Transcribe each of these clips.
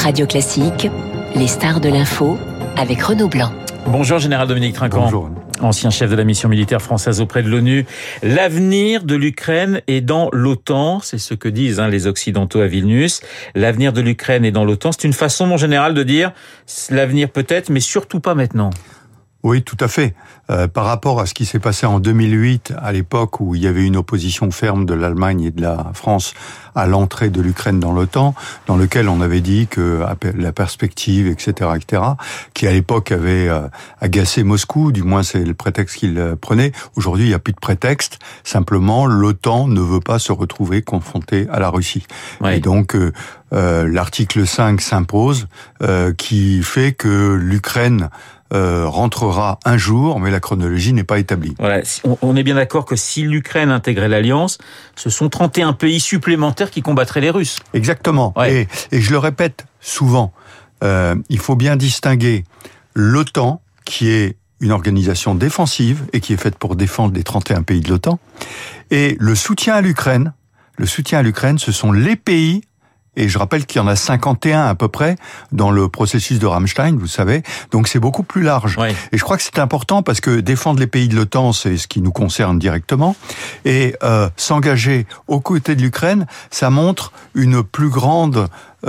Radio Classique, les stars de l'info avec Renaud Blanc. Bonjour Général Dominique Trinquant. Bonjour. Ancien chef de la mission militaire française auprès de l'ONU. L'avenir de l'Ukraine est dans l'OTAN, c'est ce que disent les Occidentaux à Vilnius. L'avenir de l'Ukraine est dans l'OTAN, c'est une façon, mon général, de dire l'avenir peut-être, mais surtout pas maintenant. Oui, tout à fait. Par rapport à ce qui s'est passé en 2008, à l'époque où il y avait une opposition ferme de l'Allemagne et de la France à l'entrée de l'Ukraine dans l'OTAN, dans lequel on avait dit que la perspective, etc., qui à l'époque avait agacé Moscou, du moins c'est le prétexte qu'il prenait. Aujourd'hui, il n'y a plus de prétexte. Simplement, l'OTAN ne veut pas se retrouver confrontée à la Russie. Oui. Et donc, l'article 5 s'impose, qui fait que l'Ukraine rentrera un jour, mais la chronologie n'est pas établie. Voilà, on est bien d'accord que si l'Ukraine intégrait l'Alliance, ce sont 31 pays supplémentaires qui combattraient les Russes. Exactement. Ouais. Et je le répète souvent, il faut bien distinguer l'OTAN, qui est une organisation défensive et qui est faite pour défendre les 31 pays de l'OTAN, et le soutien à l'Ukraine. Le soutien à l'Ukraine, ce sont les pays. Et je rappelle qu'il y en a 51 à peu près dans le processus de Ramstein, vous savez. Donc c'est beaucoup plus large. Oui. Et je crois que c'est important parce que défendre les pays de l'OTAN, c'est ce qui nous concerne directement. Et s'engager aux côtés de l'Ukraine, ça montre une plus grande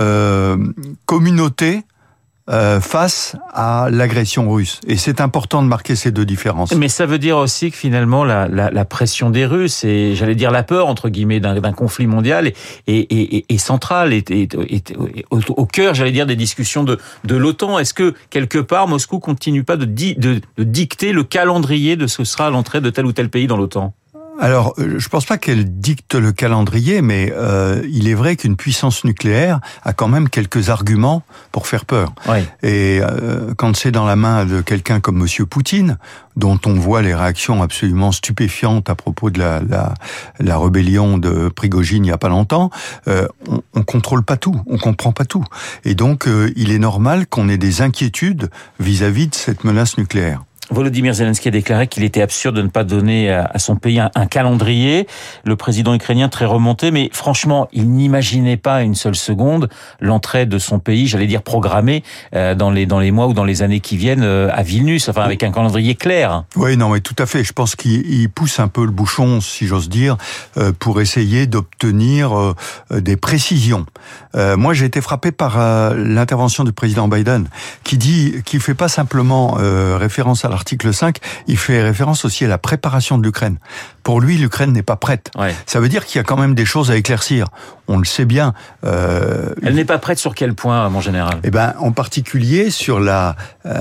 communauté face à l'agression russe. Et c'est important de marquer ces deux différences. Mais ça veut dire aussi que finalement la pression des Russes et j'allais dire la peur entre guillemets d'un conflit mondial est centrale, est au cœur, j'allais dire, des discussions de l'OTAN. Est-ce que quelque part Moscou continue pas de dicter le calendrier de ce que sera l'entrée de tel ou tel pays dans l'OTAN ? Alors, je pense pas qu'elle dicte le calendrier, mais il est vrai qu'une puissance nucléaire a quand même quelques arguments pour faire peur. Oui. Et quand c'est dans la main de quelqu'un comme Monsieur Poutine, dont on voit les réactions absolument stupéfiantes à propos de la rébellion de Prigojine il y a pas longtemps, on contrôle pas tout, on comprend pas tout. Et donc, il est normal qu'on ait des inquiétudes vis-à-vis de cette menace nucléaire. Volodymyr Zelensky a déclaré qu'il était absurde de ne pas donner à son pays un calendrier. Le président ukrainien très remonté, mais franchement, il n'imaginait pas une seule seconde l'entrée de son pays, j'allais dire programmée, dans les mois ou dans les années qui viennent à Vilnius, enfin avec un calendrier clair. Oui, non, mais tout à fait. Je pense qu'il pousse un peu le bouchon, si j'ose dire, pour essayer d'obtenir des précisions. Moi, j'ai été frappé par l'intervention du président Biden, qui fait pas simplement référence à l'article 5, il fait référence aussi à la préparation de l'Ukraine. Pour lui, l'Ukraine n'est pas prête. Ouais. Ça veut dire qu'il y a quand même des choses à éclaircir. On le sait bien. Elle n'est pas prête sur quel point, mon général ? Eh ben, en particulier sur la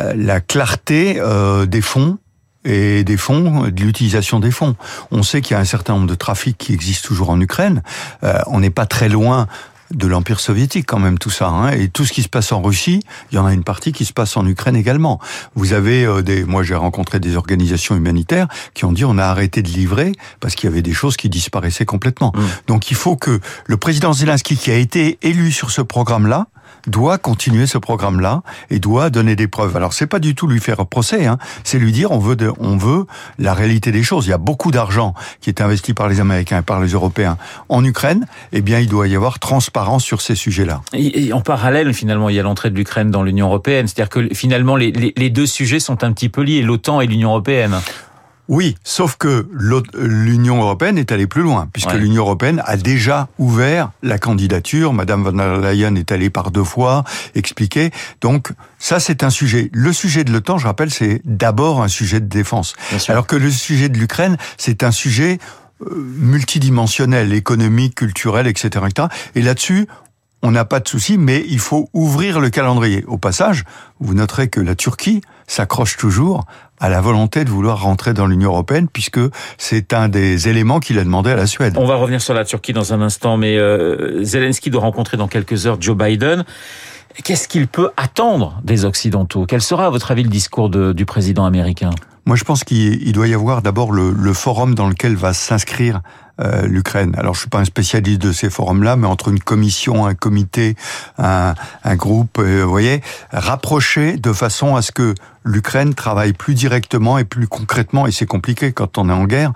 clarté des fonds. Et de l'utilisation des fonds. On sait qu'il y a un certain nombre de trafics qui existent toujours en Ukraine. On n'est pas très loin de l'Empire soviétique quand même, tout ça. Et tout ce qui se passe en Russie, il y en a une partie qui se passe en Ukraine également. Vous avez moi j'ai rencontré des organisations humanitaires qui ont dit on a arrêté de livrer parce qu'il y avait des choses qui disparaissaient complètement. Donc il faut que le président Zelensky, qui a été élu sur ce programme-là, doit continuer ce programme-là et doit donner des preuves. Alors c'est pas du tout lui faire procès, c'est lui dire on veut la réalité des choses. Il y a beaucoup d'argent qui est investi par les Américains et par les Européens en Ukraine. Eh bien, il doit y avoir transparence sur ces sujets-là. Et en parallèle, finalement, il y a l'entrée de l'Ukraine dans l'Union européenne. C'est-à-dire que finalement, les deux sujets sont un petit peu liés, l'OTAN et l'Union européenne. Oui, sauf que l'Union européenne est allée plus loin, puisque l'Union européenne a déjà ouvert la candidature. Madame von der Leyen est allée par 2 fois expliquer. Donc, ça, c'est un sujet. Le sujet de l'OTAN, je rappelle, c'est d'abord un sujet de défense. Alors que le sujet de l'Ukraine, c'est un sujet multidimensionnel, économique, culturel, etc., etc. Et là-dessus, on n'a pas de souci, mais il faut ouvrir le calendrier. Au passage, vous noterez que la Turquie s'accroche toujours à la volonté de vouloir rentrer dans l'Union européenne, puisque c'est un des éléments qu'il a demandé à la Suède. On va revenir sur la Turquie dans un instant, mais Zelensky doit rencontrer dans quelques heures Joe Biden. Qu'est-ce qu'il peut attendre des Occidentaux ? Quel sera, à votre avis, le discours du président américain ? Moi, je pense qu'il doit y avoir d'abord le forum dans lequel va s'inscrire l'Ukraine. Alors, je suis pas un spécialiste de ces forums-là, mais entre une commission, un comité, un groupe, vous voyez, rapprocher de façon à ce que l'Ukraine travaille plus directement et plus concrètement, et c'est compliqué quand on est en guerre,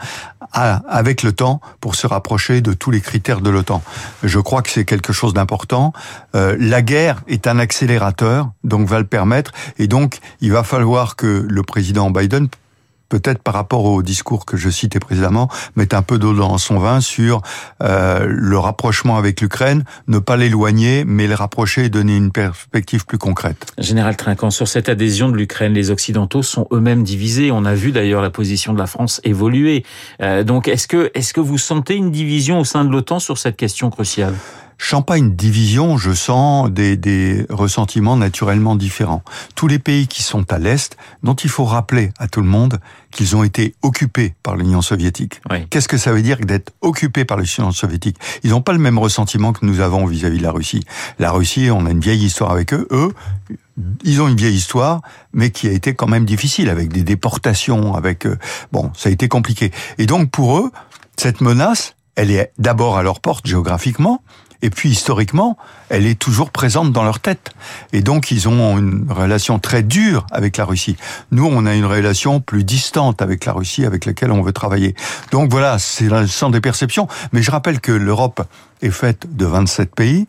avec le temps pour se rapprocher de tous les critères de l'OTAN. Je crois que c'est quelque chose d'important. La guerre est un accélérateur, donc va le permettre, et donc il va falloir que le président Biden, peut-être par rapport au discours que je citais précédemment, mette un peu d'eau dans son vin sur le rapprochement avec l'Ukraine, ne pas l'éloigner, mais le rapprocher et donner une perspective plus concrète. Général Trinquant, sur cette adhésion de l'Ukraine, les Occidentaux sont eux-mêmes divisés. On a vu d'ailleurs la position de la France évoluer. Donc est-ce que vous sentez une division au sein de l'OTAN sur cette question cruciale ? Je sens pas une division, je sens des ressentiments naturellement différents. Tous les pays qui sont à l'Est, dont il faut rappeler à tout le monde qu'ils ont été occupés par l'Union soviétique. Oui. Qu'est-ce que ça veut dire d'être occupé par l'Union soviétique ? Ils n'ont pas le même ressentiment que nous avons vis-à-vis de la Russie. La Russie, on a une vieille histoire avec eux. Eux, ils ont une vieille histoire, mais qui a été quand même difficile, avec des déportations, avec... Bon, ça a été compliqué. Et donc, pour eux, cette menace, elle est d'abord à leur porte géographiquement, et puis historiquement, elle est toujours présente dans leur tête. Et donc, ils ont une relation très dure avec la Russie. Nous, on a une relation plus distante avec la Russie, avec laquelle on veut travailler. Donc voilà, c'est le sens des perceptions. Mais je rappelle que l'Europe est faite de 27 pays,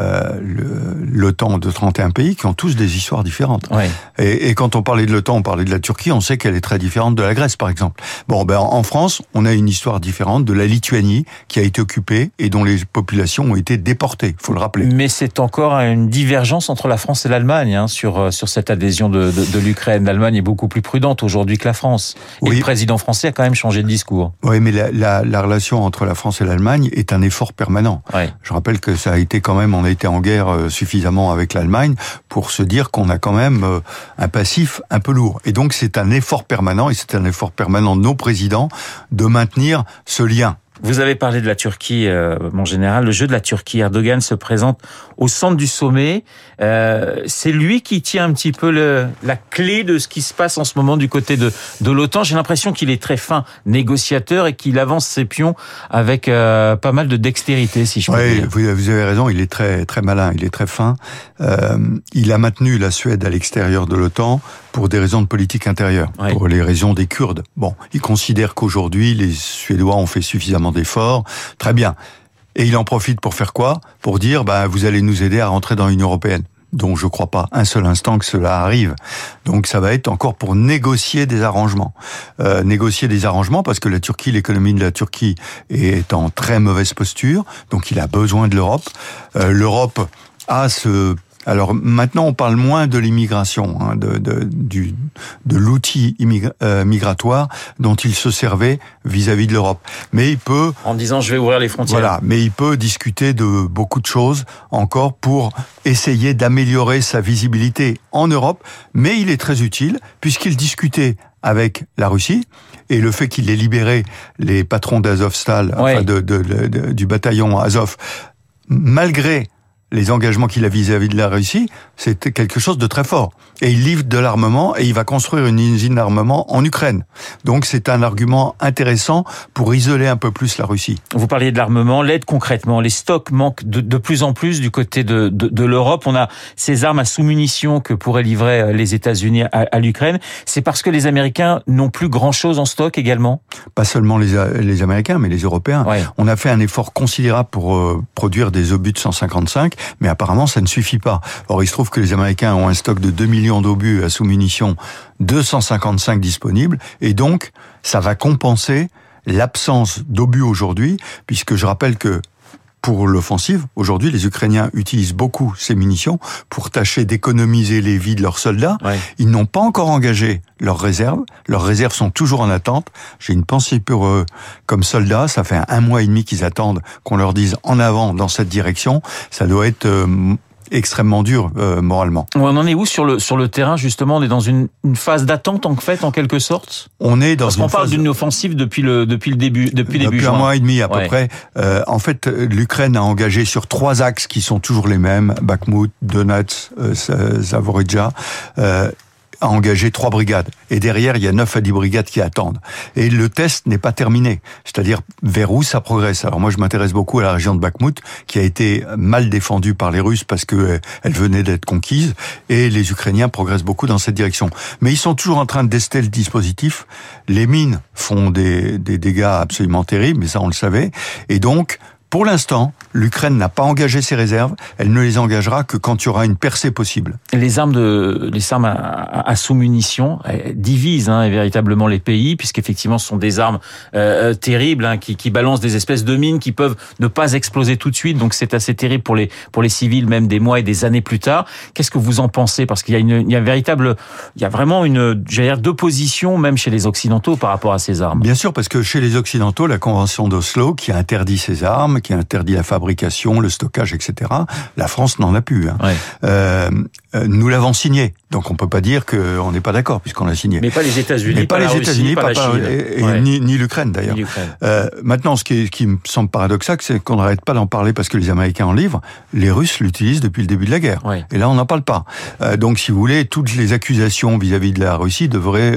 l'OTAN de 31 pays, qui ont tous des histoires différentes. Oui. Et quand on parlait de l'OTAN, on parlait de la Turquie, on sait qu'elle est très différente de la Grèce, par exemple. Bon, ben en France, on a une histoire différente de la Lituanie, qui a été occupée et dont les populations ont été déportées, faut le rappeler. Mais c'est encore une divergence entre la France et l'Allemagne sur cette adhésion de l'Ukraine. L'Allemagne est beaucoup plus prudente aujourd'hui que la France. Et oui. Le président français a quand même changé de discours. Oui, mais la relation entre la France et l'Allemagne est un effort permanent. Oui. Je rappelle que ça a été quand même, on a été en guerre suffisamment avec l'Allemagne pour se dire qu'on a quand même un passif un peu lourd. Et donc c'est un effort permanent, et c'est un effort permanent de nos présidents de maintenir ce lien. Vous avez parlé de la Turquie, mon général. Le jeu de la Turquie, Erdogan se présente au centre du sommet. C'est lui qui tient un petit peu la clé de ce qui se passe en ce moment du côté de l'OTAN. J'ai l'impression qu'il est très fin négociateur et qu'il avance ses pions avec pas mal de dextérité, si je peux dire. Oui, vous avez raison. Il est très très malin. Il est très fin. Il a maintenu la Suède à l'extérieur de l'OTAN pour des raisons de politique intérieure, oui. Pour les raisons des Kurdes. Bon, il considère qu'aujourd'hui les Suédois ont fait suffisamment d'efforts. Très bien. Et il en profite pour faire quoi ? Pour dire, vous allez nous aider à rentrer dans l'Union européenne. Donc je crois pas un seul instant que cela arrive. Donc ça va être encore pour négocier des arrangements. Négocier des arrangements parce que l'économie de la Turquie est en très mauvaise posture. Donc il a besoin de l'Europe. L'Europe a Alors maintenant, on parle moins de l'immigration, de l'outil migratoire dont il se servait vis-à-vis de l'Europe. Mais il peut, en disant je vais ouvrir les frontières. Voilà, mais il peut discuter de beaucoup de choses encore pour essayer d'améliorer sa visibilité en Europe. Mais il est très utile puisqu'il discutait avec la Russie, et le fait qu'il ait libéré les patrons d'Azovstal, oui. Du bataillon Azov, malgré les engagements qu'il a vis-à-vis de la Russie, c'était quelque chose de très fort. Et il livre de l'armement et il va construire une usine d'armement en Ukraine. Donc c'est un argument intéressant pour isoler un peu plus la Russie. Vous parliez de l'armement, l'aide concrètement. Les stocks manquent de plus en plus du côté de l'Europe. On a ces armes à sous-munitions que pourraient livrer les États-Unis à l'Ukraine. C'est parce que les Américains n'ont plus grand-chose en stock également ? Pas seulement les Américains, mais les Européens. Ouais. On a fait un effort considérable pour produire des obus de 155, mais apparemment ça ne suffit pas. Or il se trouve que les Américains ont un stock de 2 millions d'obus à sous-munitions, 255 disponibles, et donc ça va compenser l'absence d'obus aujourd'hui, puisque je rappelle que pour l'offensive, aujourd'hui, les Ukrainiens utilisent beaucoup ces munitions pour tâcher d'économiser les vies de leurs soldats. Ouais. Ils n'ont pas encore engagé leurs réserves. Leurs réserves sont toujours en attente. J'ai une pensée pour eux comme soldats. Ça fait 1 mois et demi qu'ils attendent qu'on leur dise en avant dans cette direction. Ça doit être extrêmement dur moralement. On en est où sur le terrain justement ? On est dans une phase d'attente en quelque sorte. On est dans Parce qu'on parle d'une offensive depuis début juin. 1 mois et demi à peu près. En fait, l'Ukraine a engagé sur 3 axes qui sont toujours les mêmes: Bakhmout, Donetsk, Zaporijjia. a engagé 3 brigades. Et derrière, il y a 9 à 10 brigades qui attendent. Et le test n'est pas terminé. C'est-à-dire, vers où ça progresse. Alors moi, je m'intéresse beaucoup à la région de Bakhmout, qui a été mal défendue par les Russes parce que elle venait d'être conquise. Et les Ukrainiens progressent beaucoup dans cette direction. Mais ils sont toujours en train de tester le dispositif. Les mines font des dégâts absolument terribles, mais ça, on le savait. Et donc, pour l'instant, l'Ukraine n'a pas engagé ses réserves. Elle ne les engagera que quand il y aura une percée possible. Les armes à sous-munitions divisent véritablement les pays, puisqu'effectivement, ce sont des armes terribles qui balancent des espèces de mines qui peuvent ne pas exploser tout de suite. Donc, c'est assez terrible pour les civils, même des mois et des années plus tard. Qu'est-ce que vous en pensez? Parce qu'il y a vraiment d'opposition, même chez les Occidentaux, par rapport à ces armes. Bien sûr, parce que chez les Occidentaux, la Convention d'Oslo, qui interdit ces armes, qui interdit la fabrication, le stockage, etc. La France n'en a plus. Ouais. Nous l'avons signé, donc on peut pas dire qu'on n'est pas d'accord puisqu'on l'a signé. Mais pas les États-Unis, pas les États-Unis, pas la Chine, ouais. ni l'Ukraine d'ailleurs. Maintenant, ce qui me semble paradoxal, c'est qu'on n'arrête pas d'en parler parce que les Américains en livrent. Les Russes l'utilisent depuis le début de la guerre. Ouais. Et là, on n'en parle pas. Donc, si vous voulez, toutes les accusations vis-à-vis de la Russie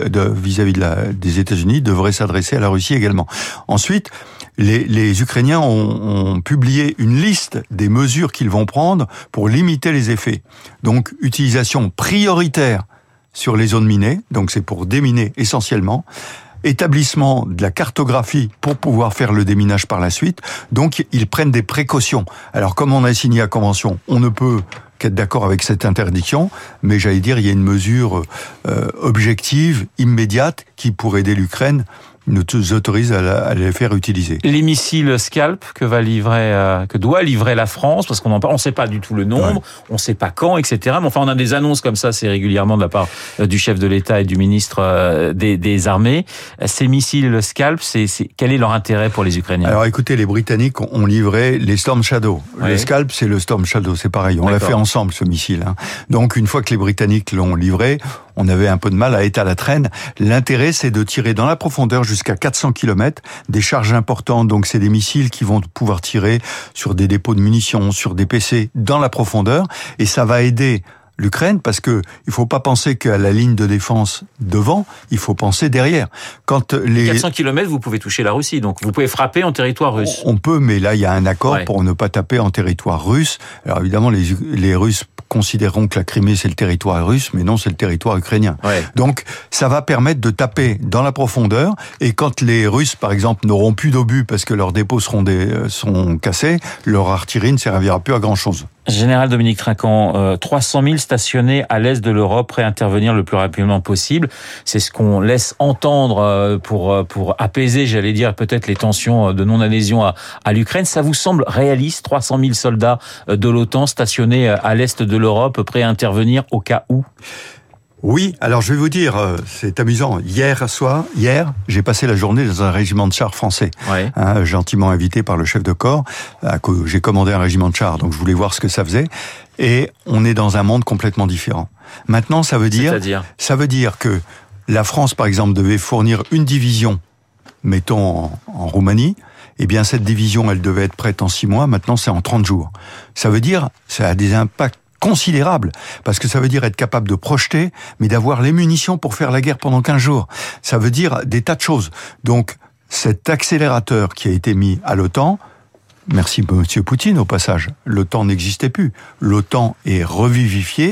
des États-Unis devraient s'adresser à la Russie également. Ensuite, les Ukrainiens ont publié une liste des mesures qu'ils vont prendre pour limiter les effets. Donc, utilisation prioritaire sur les zones minées, donc c'est pour déminer essentiellement, établissement de la cartographie pour pouvoir faire le déminage par la suite, donc ils prennent des précautions. Alors, comme on a signé la convention, on ne peut qu'être d'accord avec cette interdiction, mais j'allais dire, il y a une mesure objective, immédiate, qui pourrait aider l'Ukraine, nous autorise à les faire utiliser. Les missiles Scalp que doit livrer la France, parce qu'on ne sait pas du tout le nombre, ouais. On ne sait pas quand, etc. Mais enfin, on a des annonces comme ça, c'est régulièrement de la part du chef de l'État et du ministre des Armées. Ces missiles Scalp, quel est leur intérêt pour les Ukrainiens? Alors écoutez, les Britanniques ont livré les Storm Shadow. Ouais. Le Scalp, c'est le Storm Shadow, c'est pareil. On l'a fait ensemble, ce missile. Donc une fois que les Britanniques l'ont livré, on avait un peu de mal à être à la traîne. L'intérêt, c'est de tirer dans la profondeur jusqu'à 400 km, des charges importantes. Donc, c'est des missiles qui vont pouvoir tirer sur des dépôts de munitions, sur des PC, dans la profondeur. Et ça va aider l'Ukraine, parce que il faut pas penser qu'à la ligne de défense devant, il faut penser derrière. Quand 400 km, vous pouvez toucher la Russie, donc vous pouvez frapper en territoire russe. On peut, mais là, il y a un accord pour ne pas taper en territoire russe. Alors, évidemment, les Russes considéreront que la Crimée, c'est le territoire russe, mais non, c'est le territoire ukrainien. Ouais. Donc, ça va permettre de taper dans la profondeur, et quand les Russes, par exemple, n'auront plus d'obus parce que leurs dépôts sont cassés, leur artillerie ne servira plus à grand-chose. Général Dominique Trinquant, 300 000 stationnés à l'est de l'Europe, prêts à intervenir le plus rapidement possible. C'est ce qu'on laisse entendre pour apaiser, j'allais dire, peut-être les tensions de non-adhésion à l'Ukraine. Ça vous semble réaliste, 300 000 soldats de l'OTAN stationnés à l'est de l'Europe, prêts à intervenir au cas où? Oui, alors je vais vous dire, c'est amusant. Hier, j'ai passé la journée dans un régiment de chars français, gentiment invité par le chef de corps. J'ai commandé un régiment de chars, donc je voulais voir ce que ça faisait. Et on est dans un monde complètement différent. Maintenant, ça veut dire que la France, par exemple, devait fournir une division, mettons en Roumanie. Eh bien, cette division, elle devait être prête en 6 mois. Maintenant, c'est en 30 jours. Ça veut dire, ça a des impacts considérable, parce que ça veut dire être capable de projeter, mais d'avoir les munitions pour faire la guerre pendant 15 jours. Ça veut dire des tas de choses. Donc, cet accélérateur qui a été mis à l'OTAN, merci Monsieur Poutine au passage, l'OTAN n'existait plus. L'OTAN est revivifié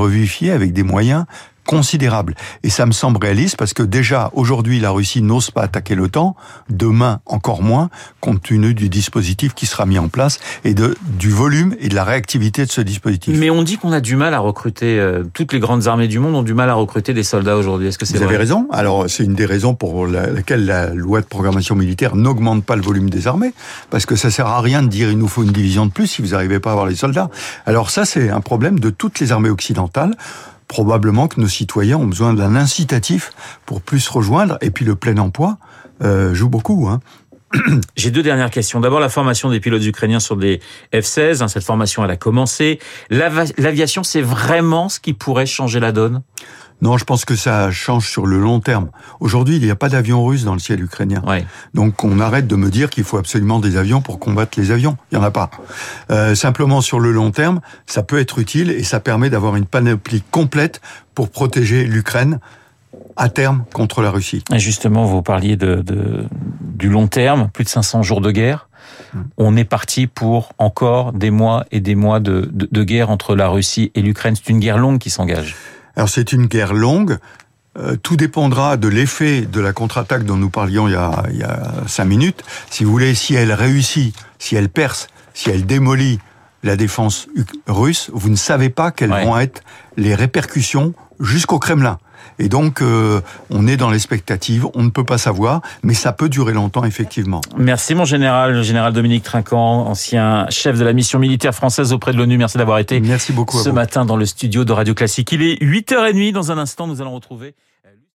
avec des moyens considérable. Et ça me semble réaliste parce que déjà, aujourd'hui, la Russie n'ose pas attaquer l'OTAN, demain encore moins, compte tenu du dispositif qui sera mis en place et du volume et de la réactivité de ce dispositif. Mais on dit qu'on a du mal à recruter, toutes les grandes armées du monde ont du mal à recruter des soldats aujourd'hui. Est-ce que c'est vrai ? Vous avez raison. Alors, c'est une des raisons pour laquelle la loi de programmation militaire n'augmente pas le volume des armées, parce que ça sert à rien de dire il nous faut une division de plus si vous n'arrivez pas à avoir les soldats. Alors ça, c'est un problème de toutes les armées occidentales. Probablement que nos citoyens ont besoin d'un incitatif pour plus rejoindre, et puis le plein emploi joue beaucoup. J'ai deux dernières questions. D'abord, la formation des pilotes ukrainiens sur des F-16. Cette formation, elle a commencé. L'aviation, c'est vraiment ce qui pourrait changer la donne ? Non, je pense que ça change sur le long terme. Aujourd'hui, il n'y a pas d'avions russes dans le ciel ukrainien. Ouais. Donc, on arrête de me dire qu'il faut absolument des avions pour combattre les avions. Il n'y en a pas. Simplement, sur le long terme, ça peut être utile et ça permet d'avoir une panoplie complète pour protéger l'Ukraine à terme contre la Russie. Et justement, vous parliez du long terme, plus de 500 jours de guerre. On est parti pour encore des mois et des mois de guerre entre la Russie et l'Ukraine. C'est une guerre longue qui s'engage. Alors c'est une guerre longue. Tout dépendra de l'effet de la contre-attaque dont nous parlions il y a 5 minutes. Si vous voulez, si elle réussit, si elle perce, si elle démolit la défense russe, vous ne savez pas quelles vont être les répercussions jusqu'au Kremlin. Et donc, on est dans l'expectative, on ne peut pas savoir, mais ça peut durer longtemps, effectivement. Merci, mon général, le général Dominique Trinquant, ancien chef de la mission militaire française auprès de l'ONU. Merci d'avoir été Merci beaucoup ce matin dans le studio de Radio Classique. Il est 8h30. Dans un instant, nous allons retrouver